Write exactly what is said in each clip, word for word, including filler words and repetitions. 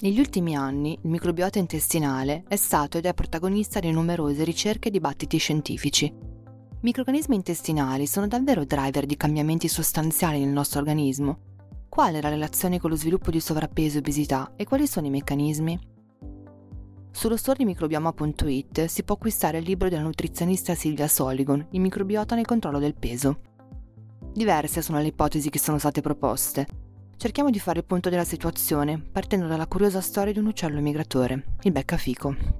Negli ultimi anni il microbiota intestinale è stato ed è protagonista di numerose ricerche e dibattiti scientifici. I microrganismi intestinali sono davvero driver di cambiamenti sostanziali nel nostro organismo? Qual è la relazione con lo sviluppo di sovrappeso e obesità e quali sono i meccanismi? Sullo store di microbioma punto it si può acquistare il libro della nutrizionista Silvia Soligon, Il microbiota nel controllo del peso. Diverse sono le ipotesi che sono state proposte. Cerchiamo di fare il punto della situazione, partendo dalla curiosa storia di un uccello migratore, il beccafico.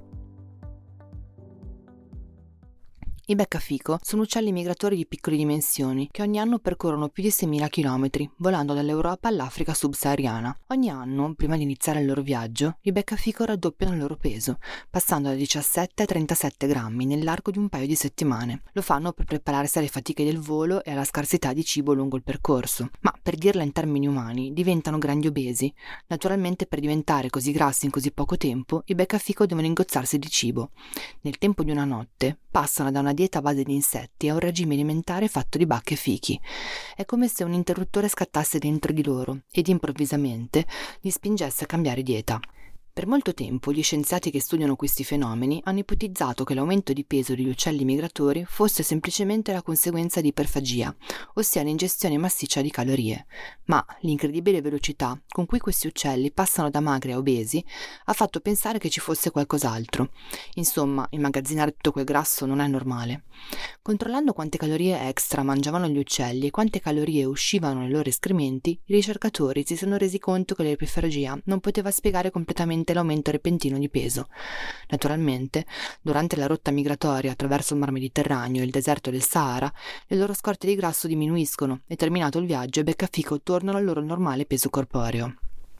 I beccafico sono uccelli migratori di piccole dimensioni che ogni anno percorrono più di seimila chilometri, volando dall'Europa all'Africa subsahariana. Ogni anno, prima di iniziare il loro viaggio, i beccafico raddoppiano il loro peso, passando da diciassette ai trentasette grammi nell'arco di un paio di settimane. Lo fanno per prepararsi alle fatiche del volo e alla scarsità di cibo lungo il percorso. Ma, per dirla in termini umani, diventano grandi obesi. Naturalmente, per diventare così grassi in così poco tempo, i beccafico devono ingozzarsi di cibo. Nel tempo di una notte, passano da una dieta a base di insetti a un regime alimentare fatto di bacche e fichi. È come se un interruttore scattasse dentro di loro ed improvvisamente li spingesse a cambiare dieta. Per molto tempo gli scienziati che studiano questi fenomeni hanno ipotizzato che l'aumento di peso degli uccelli migratori fosse semplicemente la conseguenza di iperfagia, ossia l'ingestione massiccia di calorie. Ma l'incredibile velocità con cui questi uccelli passano da magri a obesi ha fatto pensare che ci fosse qualcos'altro. Insomma, immagazzinare tutto quel grasso non è normale. Controllando quante calorie extra mangiavano gli uccelli e quante calorie uscivano nei loro escrementi, i ricercatori si sono resi conto che l'iperfagia non poteva spiegare completamente l'aumento repentino di peso. Naturalmente, durante la rotta migratoria attraverso il Mar Mediterraneo e il deserto del Sahara, le loro scorte di grasso diminuiscono e, terminato il viaggio, i beccafico tornano al loro normale peso corporeo.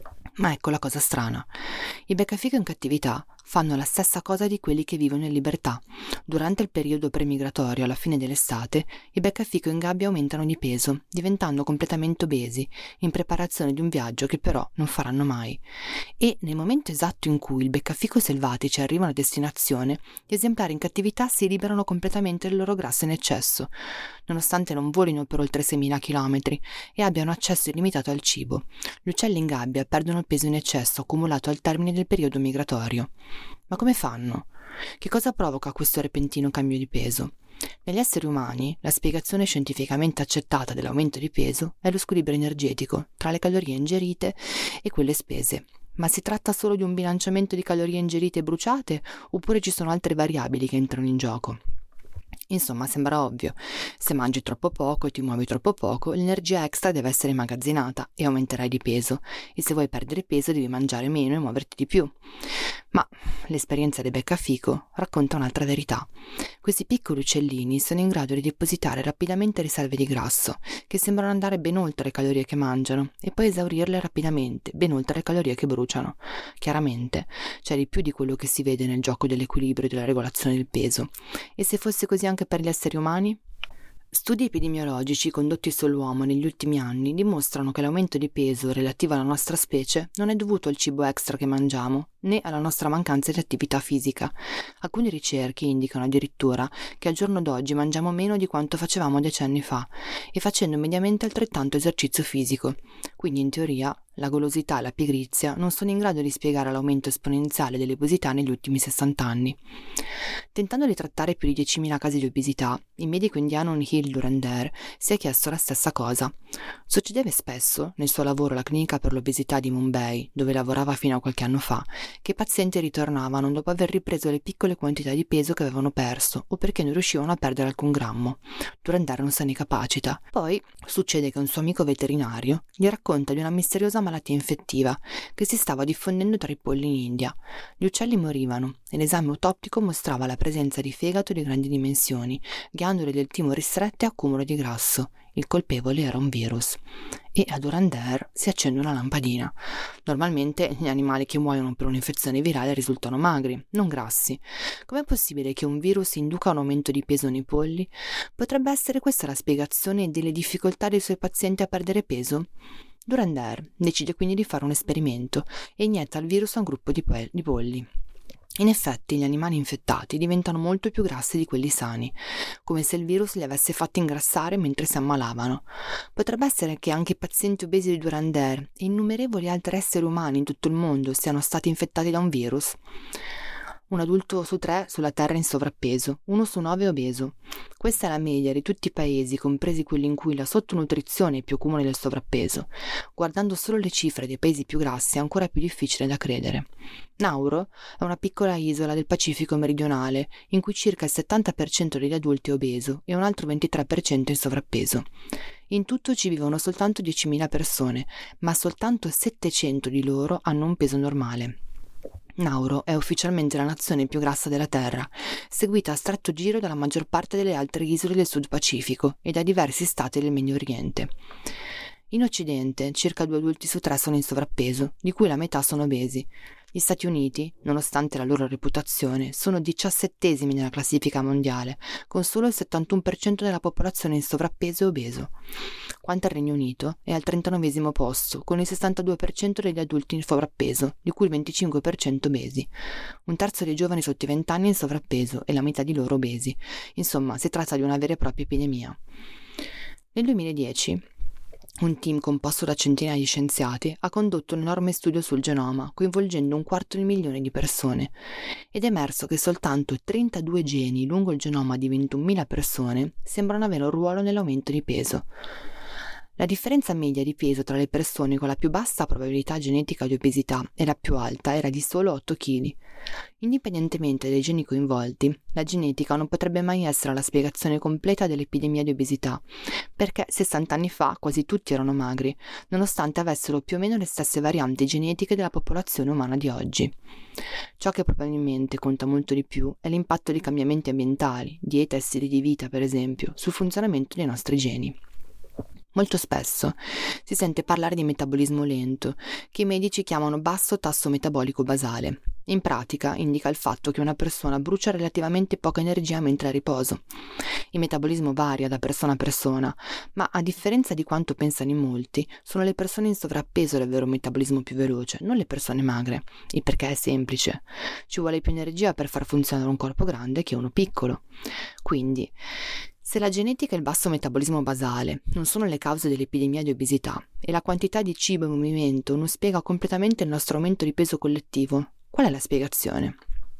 Ma ecco la cosa strana. I beccafico in cattività fanno la stessa cosa di quelli che vivono in libertà. Durante il periodo premigratorio, alla fine dell'estate, i beccafico in gabbia aumentano di peso, diventando completamente obesi, in preparazione di un viaggio che però non faranno mai. E nel momento esatto in cui i beccafico selvatici arrivano a destinazione, gli esemplari in cattività si liberano completamente del loro grasso in eccesso, nonostante non volino per oltre seimila chilometri e abbiano accesso illimitato al cibo. Gli uccelli in gabbia perdono il peso in eccesso accumulato al termine del periodo migratorio. Ma come fanno? Che cosa provoca questo repentino cambio di peso? Negli esseri umani, la spiegazione scientificamente accettata dell'aumento di peso è lo squilibrio energetico tra le calorie ingerite e quelle spese. Ma si tratta solo di un bilanciamento di calorie ingerite e bruciate, oppure ci sono altre variabili che entrano in gioco? Insomma, sembra ovvio. Se mangi troppo poco e ti muovi troppo poco, l'energia extra deve essere immagazzinata e aumenterai di peso. E se vuoi perdere peso devi mangiare meno e muoverti di più. Ma l'esperienza dei beccafico racconta un'altra verità. Questi piccoli uccellini sono in grado di depositare rapidamente riserve di grasso, che sembrano andare ben oltre le calorie che mangiano, e poi esaurirle rapidamente, ben oltre le calorie che bruciano. Chiaramente, c'è di più di quello che si vede nel gioco dell'equilibrio e della regolazione del peso. E se fosse così anche per gli esseri umani? Studi epidemiologici condotti sull'uomo negli ultimi anni dimostrano che l'aumento di peso relativo alla nostra specie non è dovuto al cibo extra che mangiamo, né alla nostra mancanza di attività fisica. Alcune ricerche indicano addirittura che al giorno d'oggi mangiamo meno di quanto facevamo decenni fa e facendo mediamente altrettanto esercizio fisico. Quindi in teoria la golosità e la pigrizia non sono in grado di spiegare l'aumento esponenziale dell'obesità negli ultimi sessanta anni. Tentando di trattare più di diecimila casi di obesità, il medico indiano Nihil Dhurandhar si è chiesto la stessa cosa. Succedeva spesso, nel suo lavoro alla clinica per l'obesità di Mumbai, dove lavorava fino a qualche anno fa, che i pazienti ritornavano dopo aver ripreso le piccole quantità di peso che avevano perso o perché non riuscivano a perdere alcun grammo. Dhurandhar non se ne capacita. Poi succede che un suo amico veterinario gli racconta di una misteriosa malattia infettiva che si stava diffondendo tra i polli in India. Gli uccelli morivano e l'esame autoptico mostrava la presenza di fegato di grandi dimensioni, ghiandole del timo ristrette e accumulo di grasso. Il colpevole era un virus. E a Dhurandhar si accende una lampadina. Normalmente gli animali che muoiono per un'infezione virale risultano magri, non grassi. Com'è possibile che un virus induca un aumento di peso nei polli? Potrebbe essere questa la spiegazione delle difficoltà dei suoi pazienti a perdere peso? Dhurandhar decide quindi di fare un esperimento e inietta il virus a un gruppo di, pe- di polli. In effetti gli animali infettati diventano molto più grassi di quelli sani, come se il virus li avesse fatti ingrassare mentre si ammalavano. Potrebbe essere che anche i pazienti obesi di Durand-Air e innumerevoli altri esseri umani in tutto il mondo siano stati infettati da un virus. Un adulto su tre sulla Terra è in sovrappeso, uno su nove è obeso. Questa è la media di tutti i paesi, compresi quelli in cui la sottonutrizione è più comune del sovrappeso. Guardando solo le cifre dei paesi più grassi è ancora più difficile da credere. Nauru è una piccola isola del Pacifico meridionale, in cui circa il settanta per cento degli adulti è obeso e un altro ventitré per cento è in sovrappeso. In tutto ci vivono soltanto diecimila persone, ma soltanto settecento di loro hanno un peso normale. Nauru è ufficialmente la nazione più grassa della Terra, seguita a stretto giro dalla maggior parte delle altre isole del Sud Pacifico e da diversi stati del Medio Oriente. In Occidente, circa due adulti su tre sono in sovrappeso, di cui la metà sono obesi. Gli Stati Uniti, nonostante la loro reputazione, sono diciassettesimi nella classifica mondiale, con solo il settantuno per cento della popolazione in sovrappeso e obeso. Quanto al Regno Unito, è al trentanovesimo posto, con il sessantadue per cento degli adulti in sovrappeso, di cui il venticinque per cento obesi. Un terzo dei giovani sotto i venti anni è in sovrappeso e la metà di loro obesi. Insomma, si tratta di una vera e propria epidemia. Nel duemiladieci, un team composto da centinaia di scienziati ha condotto un enorme studio sul genoma, coinvolgendo un quarto di milione di persone, ed è emerso che soltanto trentadue geni lungo il genoma di ventunomila persone sembrano avere un ruolo nell'aumento di peso. La differenza media di peso tra le persone con la più bassa probabilità genetica di obesità e la più alta era di solo otto chili. Indipendentemente dai geni coinvolti, la genetica non potrebbe mai essere la spiegazione completa dell'epidemia di obesità, perché sessanta anni fa quasi tutti erano magri, nonostante avessero più o meno le stesse varianti genetiche della popolazione umana di oggi. Ciò che probabilmente conta molto di più è l'impatto di cambiamenti ambientali, dieta e stili di vita per esempio, sul funzionamento dei nostri geni. Molto spesso si sente parlare di metabolismo lento, che i medici chiamano basso tasso metabolico basale. In pratica indica il fatto che una persona brucia relativamente poca energia mentre è a riposo. Il metabolismo varia da persona a persona, ma a differenza di quanto pensano in molti, sono le persone in sovrappeso ad avere un metabolismo più veloce, non le persone magre. Il perché è semplice: ci vuole più energia per far funzionare un corpo grande che uno piccolo. Quindi, se la genetica e il basso metabolismo basale non sono le cause dell'epidemia di obesità e la quantità di cibo in movimento non spiega completamente il nostro aumento di peso collettivo, qual è la spiegazione?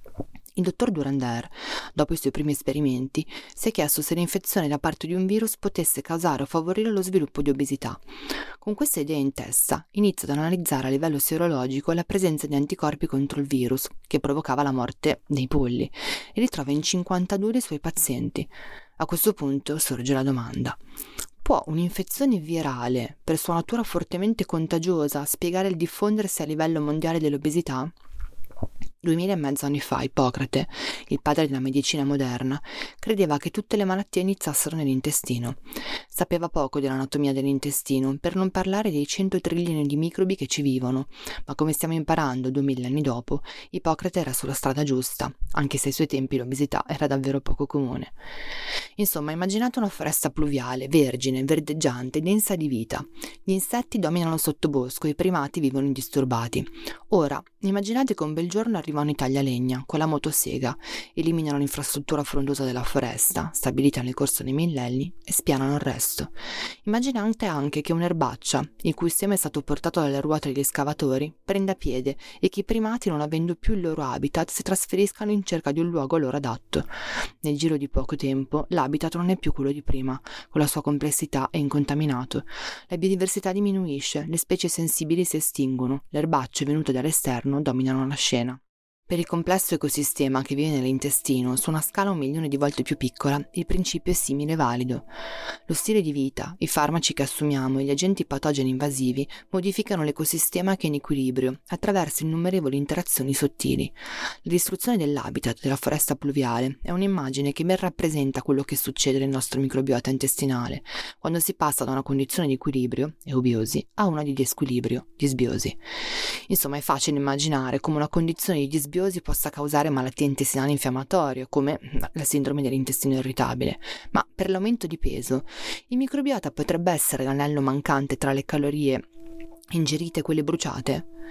Il dottor Durand-Air, dopo i suoi primi esperimenti, si è chiesto se l'infezione da parte di un virus potesse causare o favorire lo sviluppo di obesità. Con questa idea in testa, inizia ad analizzare a livello serologico la presenza di anticorpi contro il virus, che provocava la morte dei polli, e li trova in cinquantadue dei suoi pazienti. A questo punto sorge la domanda: può un'infezione virale, per sua natura fortemente contagiosa, spiegare il diffondersi a livello mondiale dell'obesità? Duemila e mezzo anni fa Ippocrate, il padre della medicina moderna, credeva che tutte le malattie iniziassero nell'intestino. Sapeva poco dell'anatomia dell'intestino, per non parlare dei cento trilioni di microbi che ci vivono, ma come stiamo imparando duemila anni dopo, Ippocrate era sulla strada giusta, anche se ai suoi tempi l'obesità era davvero poco comune. Insomma, immaginate una foresta pluviale, vergine, verdeggiante, densa di vita. Gli insetti dominano il sottobosco e i primati vivono indisturbati. Ora, immaginate che un bel giorno arrivano i taglialegna con la motosega, eliminano l'infrastruttura frondosa della foresta, stabilita nel corso dei millenni, e spianano il resto. Immaginate anche che un'erbaccia, il cui seme è stato portato dalle ruote degli scavatori, prenda piede e che i primati, non avendo più il loro habitat, si trasferiscano in cerca di un luogo loro adatto. Nel giro di poco tempo, l'habitat non è più quello di prima, con la sua complessità è incontaminato. La biodiversità diminuisce, le specie sensibili si estinguono, le erbacce venute dall'esterno dominano la scena. Per il complesso ecosistema che vive nell'intestino, su una scala un milione di volte più piccola, il principio è simile e valido. Lo stile di vita, i farmaci che assumiamo e gli agenti patogeni invasivi modificano l'ecosistema che è in equilibrio attraverso innumerevoli interazioni sottili. La distruzione dell'habitat della foresta pluviale è un'immagine che ben rappresenta quello che succede nel nostro microbiota intestinale, quando si passa da una condizione di equilibrio, eubiosi, a una di disquilibrio, disbiosi. Insomma, è facile immaginare come una condizione di disbiosi possa causare malattie intestinali infiammatorie, come la sindrome dell'intestino irritabile, ma per l'aumento di peso il microbiota potrebbe essere l'anello mancante tra le calorie ingerite e quelle bruciate.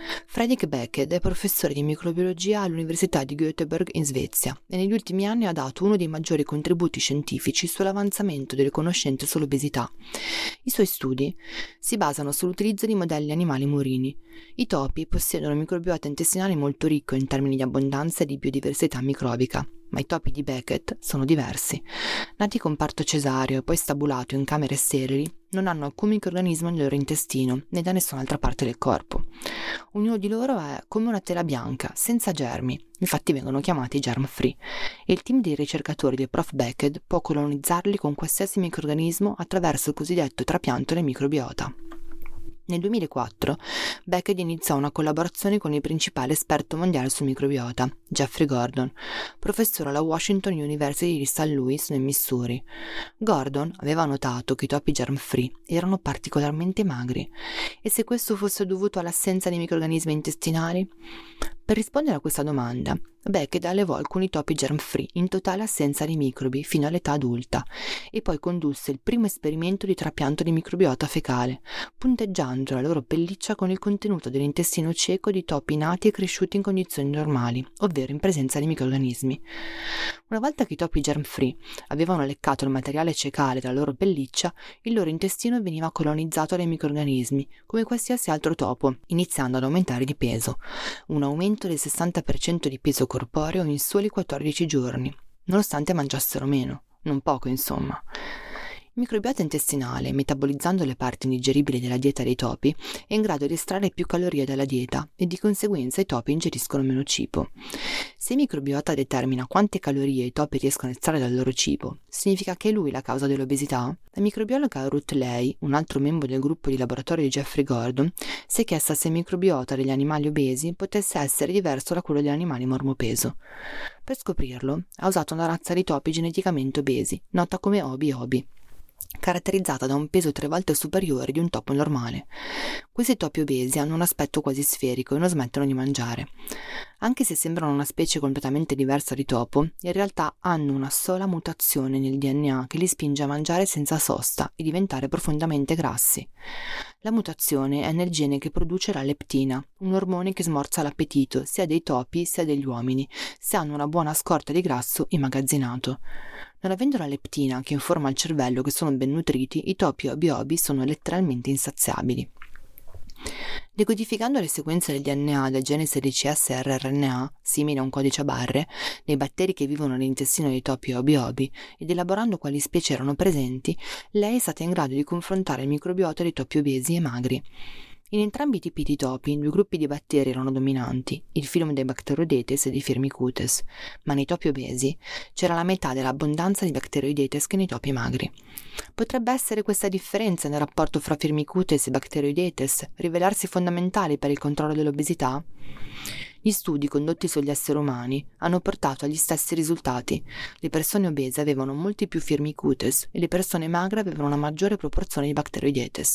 Fredrik Becked è professore di microbiologia all'Università di Göteborg in Svezia e negli ultimi anni ha dato uno dei maggiori contributi scientifici sull'avanzamento delle conoscenze sull'obesità. I suoi studi si basano sull'utilizzo di modelli animali murini. I topi possiedono un microbiota intestinale molto ricco in termini di abbondanza e di biodiversità microbica, ma i topi di Becked sono diversi. Nati con parto cesareo e poi stabulato in camere sterili, non hanno alcun microrganismo nel loro intestino né da nessun'altra parte del corpo. Ognuno di loro è come una tela bianca, senza germi, infatti vengono chiamati germ-free, e il team dei ricercatori del prof Becked può colonizzarli con qualsiasi microrganismo attraverso il cosiddetto trapianto del microbiota. Nel duemilaquattro Becked iniziò una collaborazione con il principale esperto mondiale sul microbiota, Jeffrey Gordon, professore alla Washington University di Saint Louis nel Missouri. Gordon aveva notato che i topi germ-free erano particolarmente magri, e se questo fosse dovuto all'assenza di microrganismi intestinali? Per rispondere a questa domanda, Becked allevò alcuni topi germ-free in totale assenza di microbi fino all'età adulta e poi condusse il primo esperimento di trapianto di microbiota fecale, punteggiando la loro pelliccia con il contenuto dell'intestino cieco di topi nati e cresciuti in condizioni normali, ovvero in presenza di microrganismi. Una volta che i topi germ-free avevano leccato il materiale cecale dalla loro pelliccia, il loro intestino veniva colonizzato dai microrganismi, come qualsiasi altro topo, iniziando ad aumentare di peso. Un aumento del sessanta per cento di peso corporeo in soli quattordici giorni, nonostante mangiassero meno, non poco insomma. Il microbiota intestinale, metabolizzando le parti indigeribili della dieta dei topi, è in grado di estrarre più calorie dalla dieta e di conseguenza i topi ingeriscono meno cibo. Se il microbiota determina quante calorie i topi riescono a estrarre dal loro cibo, significa che è lui la causa dell'obesità? La microbiologa Ruth Ley, un altro membro del gruppo di laboratorio di Jeffrey Gordon, si è chiesta se il microbiota degli animali obesi potesse essere diverso da quello degli animali mormopeso. Per scoprirlo, ha usato una razza di topi geneticamente obesi, nota come obi-obi, caratterizzata da un peso tre volte superiore di un topo normale. Questi topi obesi hanno un aspetto quasi sferico e non smettono di mangiare. Anche se sembrano una specie completamente diversa di topo, in realtà hanno una sola mutazione nel D N A che li spinge a mangiare senza sosta e diventare profondamente grassi. La mutazione è nel gene che produce la leptina, un ormone che smorza l'appetito sia dei topi sia degli uomini, se hanno una buona scorta di grasso immagazzinato. Non avendo la leptina che informa il cervello che sono ben nutriti, i topi obi-obi sono letteralmente insaziabili. Decodificando le sequenze del D N A del gene sedici S R R N A, simile a un codice a barre, nei batteri che vivono nell'intestino dei topi obi-obi ed elaborando quali specie erano presenti, lei è stata in grado di confrontare il microbiota dei topi obesi e magri. In entrambi i tipi di topi, due gruppi di batteri erano dominanti, il filum dei Bacteroidetes e di Firmicutes, ma nei topi obesi c'era la metà dell'abbondanza di Bacteroidetes che nei topi magri. Potrebbe essere questa differenza nel rapporto fra Firmicutes e Bacteroidetes rivelarsi fondamentale per il controllo dell'obesità? Gli studi condotti sugli esseri umani hanno portato agli stessi risultati. Le persone obese avevano molti più Firmicutes e le persone magre avevano una maggiore proporzione di Bacteroidetes.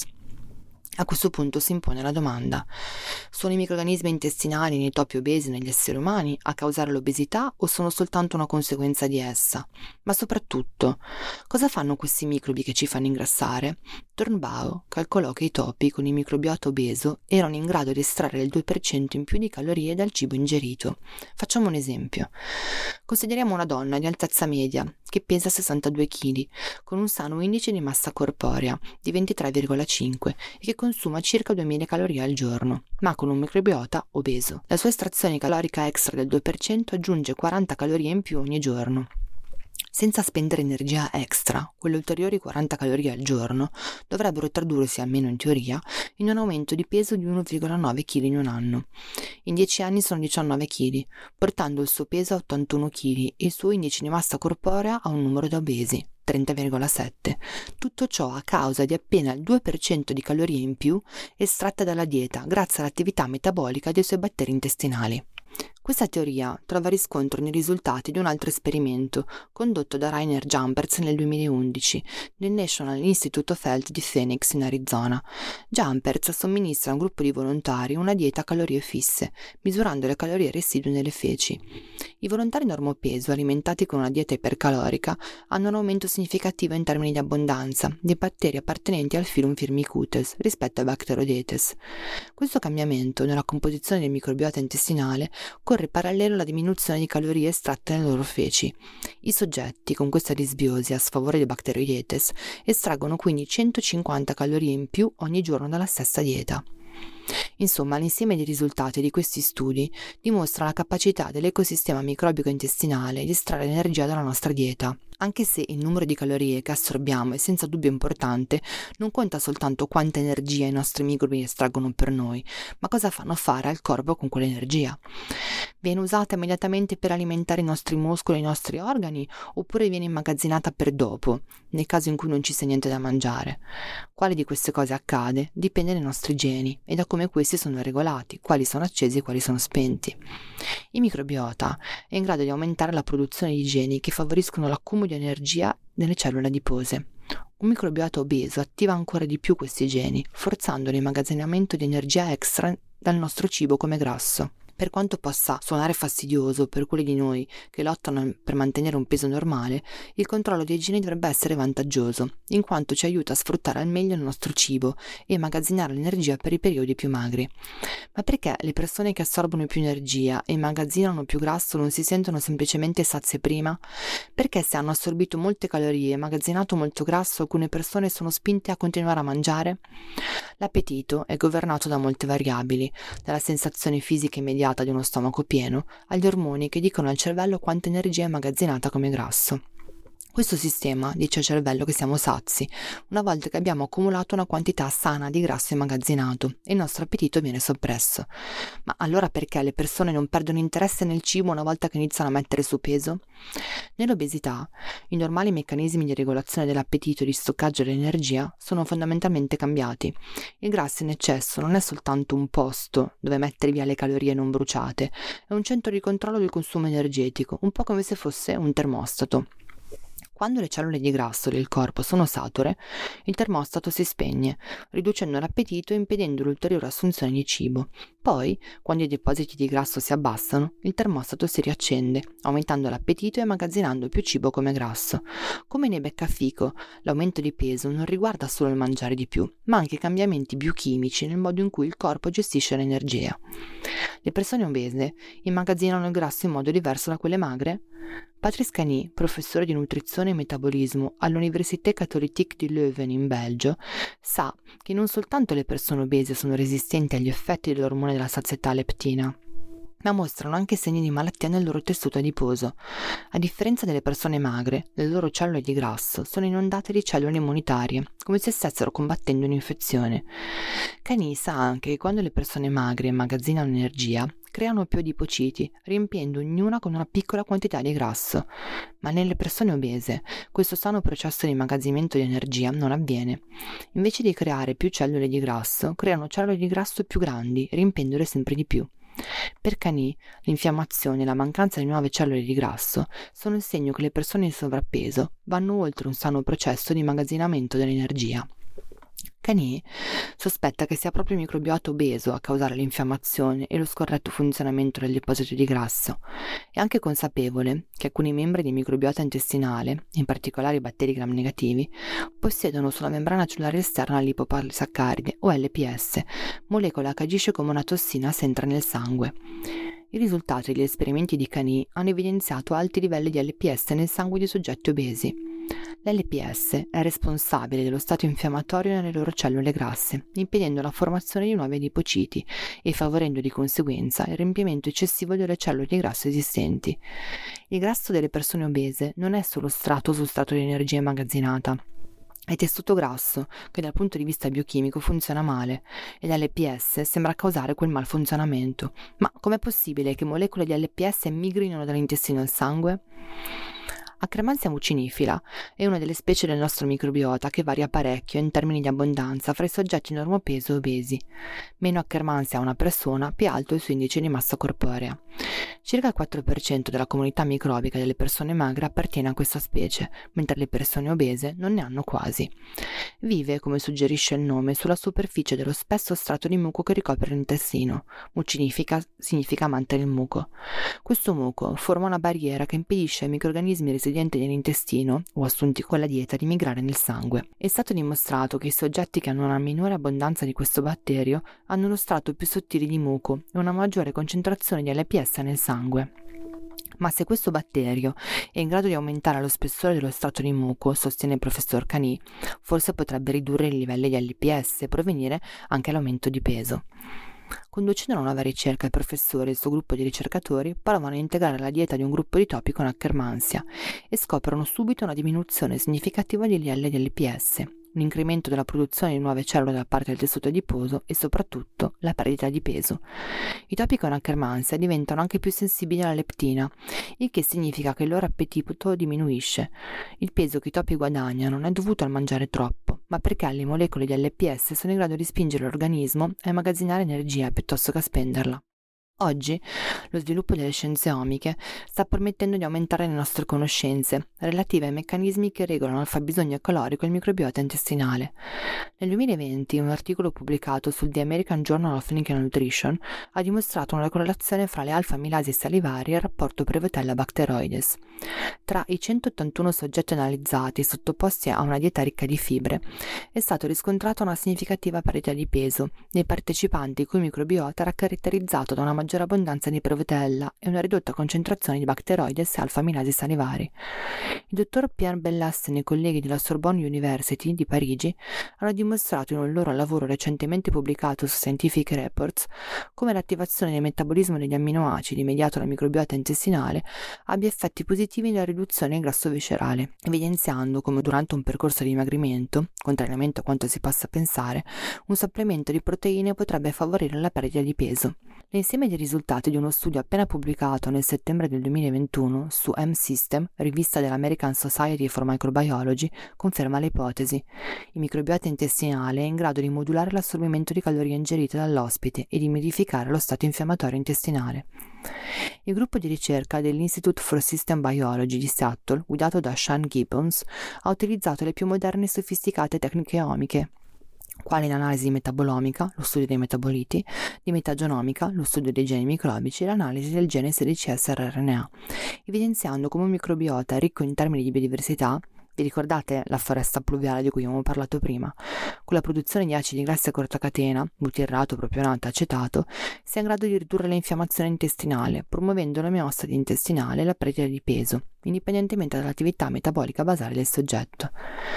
A questo punto si impone la domanda: sono i microrganismi intestinali nei topi obesi e negli esseri umani a causare l'obesità o sono soltanto una conseguenza di essa? Ma soprattutto, cosa fanno questi microbi che ci fanno ingrassare? Turnbaugh calcolò che i topi con il microbiota obeso erano in grado di estrarre il due per cento in più di calorie dal cibo ingerito. Facciamo un esempio. Consideriamo una donna di altezza media che pesa sessantadue chili, con un sano indice di massa corporea di ventitré virgola cinque e che consuma circa duemila calorie al giorno, ma con un microbiota obeso. La sua estrazione calorica extra del due per cento aggiunge quaranta calorie in più ogni giorno. Senza spendere energia extra, quelle ulteriori quaranta calorie al giorno dovrebbero tradursi, almeno in teoria, in un aumento di peso di uno virgola nove chili in un anno. In dieci anni sono diciannove chili, portando il suo peso a ottantuno chili e il suo indice di massa corporea a un numero da obesi, trenta virgola sette. Tutto ciò a causa di appena il due per cento di calorie in più estratte dalla dieta grazie all'attività metabolica dei suoi batteri intestinali. Questa teoria trova riscontro nei risultati di un altro esperimento condotto da Rainer Jamperz nel duemilaundici nel National Institute of Health di Phoenix in Arizona. Jamperz somministra a un gruppo di volontari una dieta a calorie fisse, misurando le calorie residue nelle feci. I volontari normopeso alimentati con una dieta ipercalorica hanno un aumento significativo in termini di abbondanza di batteri appartenenti al filum Firmicutes rispetto ai Bacteroidetes. Questo cambiamento nella composizione del microbiota intestinale corre parallelo alla diminuzione di calorie estratte dalle loro feci. I soggetti con questa disbiosi a sfavore dei Bacteroidetes estraggono quindi centocinquanta calorie in più ogni giorno dalla stessa dieta. Insomma, l'insieme dei risultati di questi studi dimostra la capacità dell'ecosistema microbico intestinale di estrarre energia dalla nostra dieta. Anche se il numero di calorie che assorbiamo è senza dubbio importante, non conta soltanto quanta energia i nostri microbi estraggono per noi, ma cosa fanno fare al corpo con quell'energia. Viene usata immediatamente per alimentare i nostri muscoli e i nostri organi, oppure viene immagazzinata per dopo, nel caso in cui non ci sia niente da mangiare. Quale di queste cose accade dipende dai nostri geni e da come questi sono regolati, quali sono accesi e quali sono spenti. Il microbiota è in grado di aumentare la produzione di geni che favoriscono l'accumulo di energia nelle cellule adipose. Un microbiota obeso attiva ancora di più questi geni, forzando l'immagazzinamento di energia extra dal nostro cibo come grasso. Per quanto possa suonare fastidioso per quelli di noi che lottano per mantenere un peso normale, il controllo dei geni dovrebbe essere vantaggioso, in quanto ci aiuta a sfruttare al meglio il nostro cibo e immagazzinare l'energia per i periodi più magri. Ma perché le persone che assorbono più energia e immagazzinano più grasso non si sentono semplicemente sazie prima? Perché se hanno assorbito molte calorie e immagazzinato molto grasso, alcune persone sono spinte a continuare a mangiare? L'appetito è governato da molte variabili, dalla sensazione fisica immediata di uno stomaco pieno agli ormoni che dicono al cervello quanta energia è immagazzinata come grasso. Questo sistema dice al cervello che siamo sazi una volta che abbiamo accumulato una quantità sana di grasso immagazzinato e il nostro appetito viene soppresso. Ma allora perché le persone non perdono interesse nel cibo una volta che iniziano a mettere su peso? Nell'obesità, i normali meccanismi di regolazione dell'appetito e di stoccaggio dell'energia sono fondamentalmente cambiati. Il grasso in eccesso non è soltanto un posto dove mettere via le calorie non bruciate, è un centro di controllo del consumo energetico, un po' come se fosse un termostato. Quando le cellule di grasso del corpo sono sature, il termostato si spegne, riducendo l'appetito e impedendo l'ulteriore assunzione di cibo. Poi, quando i depositi di grasso si abbassano, il termostato si riaccende, aumentando l'appetito e immagazzinando più cibo come grasso. Come nei beccafico, l'aumento di peso non riguarda solo il mangiare di più, ma anche cambiamenti biochimici nel modo in cui il corpo gestisce l'energia. Le persone obese immagazzinano il grasso in modo diverso da quelle magre? Patrice Cany, professore di nutrizione e metabolismo all'Université Catholique di Leuven in Belgio, sa che non soltanto le persone obese sono resistenti agli effetti dell'ormone della sazietà leptina, ma mostrano anche segni di malattia nel loro tessuto adiposo. A differenza delle persone magre, le loro cellule di grasso sono inondate di cellule immunitarie, come se stessero combattendo un'infezione. Cany sa anche che quando le persone magre immagazzinano energia, creano più adipociti, riempiendo ognuna con una piccola quantità di grasso. Ma nelle persone obese, questo sano processo di immagazzinamento di energia non avviene. Invece di creare più cellule di grasso, creano cellule di grasso più grandi, riempiendole sempre di più. Per Cany, l'infiammazione e la mancanza di nuove cellule di grasso sono il segno che le persone in sovrappeso vanno oltre un sano processo di immagazzinamento dell'energia. Cany sospetta che sia proprio il microbiota obeso a causare l'infiammazione e lo scorretto funzionamento del deposito di grasso. È anche consapevole che alcuni membri del microbiota intestinale, in particolare i batteri gram negativi, possiedono sulla membrana cellulare esterna l'ipopalisaccaride o L P S, molecola che agisce come una tossina se entra nel sangue. I risultati degli esperimenti di Cany hanno evidenziato alti livelli di L P S nel sangue di soggetti obesi. L'L P S è responsabile dello stato infiammatorio nelle loro cellule grasse, impedendo la formazione di nuovi adipociti e favorendo di conseguenza il riempimento eccessivo delle cellule di grasso esistenti. Il grasso delle persone obese non è solo strato su strato di energia immagazzinata. È tessuto grasso che dal punto di vista biochimico funziona male e l'L P S sembra causare quel malfunzionamento. Ma com'è possibile che molecole di L P S migrino dall'intestino al sangue? Akkermansia mucinifila è una delle specie del nostro microbiota che varia parecchio in termini di abbondanza fra i soggetti normopeso e obesi. Meno Akkermansia ha una persona, più alto il suo indice di massa corporea. Circa il quattro per cento della comunità microbica delle persone magre appartiene a questa specie, mentre le persone obese non ne hanno quasi. Vive, come suggerisce il nome, sulla superficie dello spesso strato di muco che ricopre l'intestino. Mucinifica significa amante del muco. Questo muco forma una barriera che impedisce ai microrganismi residenti nell'intestino o assunti con la dieta di migrare nel sangue. È stato dimostrato che i soggetti che hanno una minore abbondanza di questo batterio hanno uno strato più sottile di muco e una maggiore concentrazione di L P S nel sangue. Ma se questo batterio è in grado di aumentare lo spessore dello strato di muco, sostiene il professor Cani, forse potrebbe ridurre i livelli di L P S e provenire anche l'aumento di peso. Conducendo una nuova ricerca, il professore e il suo gruppo di ricercatori provano a integrare la dieta di un gruppo di topi con Akkermansia e scoprono subito una diminuzione significativa dei livelli di L P S, un incremento della produzione di nuove cellule da parte del tessuto adiposo e soprattutto la perdita di peso. I topi con Akkermansia diventano anche più sensibili alla leptina, il che significa che il loro appetito diminuisce. Il peso che i topi guadagnano non è dovuto al mangiare troppo, ma perché le molecole di L P S sono in grado di spingere l'organismo a immagazzinare energia piuttosto che a spenderla. Oggi lo sviluppo delle scienze omiche sta permettendo di aumentare le nostre conoscenze relative ai meccanismi che regolano il fabbisogno calorico e il microbiota intestinale. Nel duemilaventi un articolo pubblicato sul The American Journal of Clinical Nutrition ha dimostrato una correlazione fra le alfa-amilasi salivari e il rapporto Prevotella bacteroides. Tra i centottantuno soggetti analizzati sottoposti a una dieta ricca di fibre è stata riscontrata una significativa parità di peso nei partecipanti il cui microbiota era caratterizzato da una maggiore abbondanza di Prevotella e una ridotta concentrazione di bacteroides e alfa-amilasi salivari. Il dottor Pierre Bellassen e i colleghi della Sorbonne University di Parigi hanno dimostrato in un loro lavoro recentemente pubblicato su Scientific Reports come l'attivazione del metabolismo degli amminoacidi mediato dal microbiota intestinale abbia effetti positivi nella riduzione del grasso viscerale, evidenziando come durante un percorso di dimagrimento, contrariamente a quanto si possa pensare, un supplemento di proteine potrebbe favorire la perdita di peso. L'insieme dei risultati di uno studio appena pubblicato nel settembre del duemilaventuno su M-System, rivista dell'American Society for Microbiology, conferma le ipotesi. Il microbiota intestinale è in grado di modulare l'assorbimento di calorie ingerite dall'ospite e di modificare lo stato infiammatorio intestinale. Il gruppo di ricerca dell'Institute for System Biology di Seattle, guidato da Sean Gibbons, ha utilizzato le più moderne e sofisticate tecniche omiche, quali l'analisi metabolomica, lo studio dei metaboliti, di metagenomica, lo studio dei geni microbici e l'analisi del gene sedici S R R N A, evidenziando come un microbiota ricco in termini di biodiversità. Vi ricordate la foresta pluviale di cui abbiamo parlato prima? Con la produzione di acidi grassi a corta catena, butirrato, propionato e acetato, sia in grado di ridurre l'infiammazione intestinale, promuovendo l'omeostasi intestinale e la perdita di peso, indipendentemente dall'attività metabolica basale del soggetto.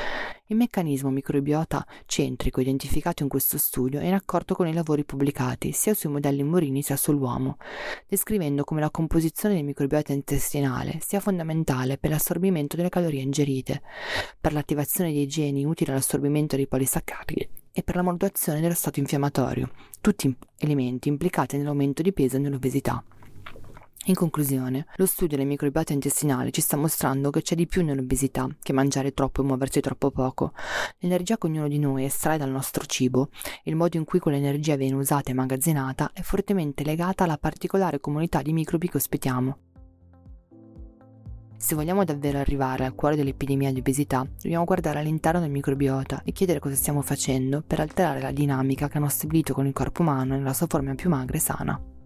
Il meccanismo microbiota centrico identificato in questo studio è in accordo con i lavori pubblicati sia sui modelli murini sia sull'uomo, descrivendo come la composizione del microbiota intestinale sia fondamentale per l'assorbimento delle calorie ingerite, per l'attivazione dei geni utili all'assorbimento dei polisaccaridi e per la modulazione dello stato infiammatorio, tutti elementi implicati nell'aumento di peso e nell'obesità. In conclusione, lo studio del microbiota intestinale ci sta mostrando che c'è di più nell'obesità che mangiare troppo e muoversi troppo poco. L'energia che ognuno di noi estrae dal nostro cibo e il modo in cui quell'energia viene usata e immagazzinata è fortemente legata alla particolare comunità di microbi che ospitiamo. Se vogliamo davvero arrivare al cuore dell'epidemia di obesità, dobbiamo guardare all'interno del microbiota e chiedere cosa stiamo facendo per alterare la dinamica che hanno stabilito con il corpo umano nella sua forma più magra e sana.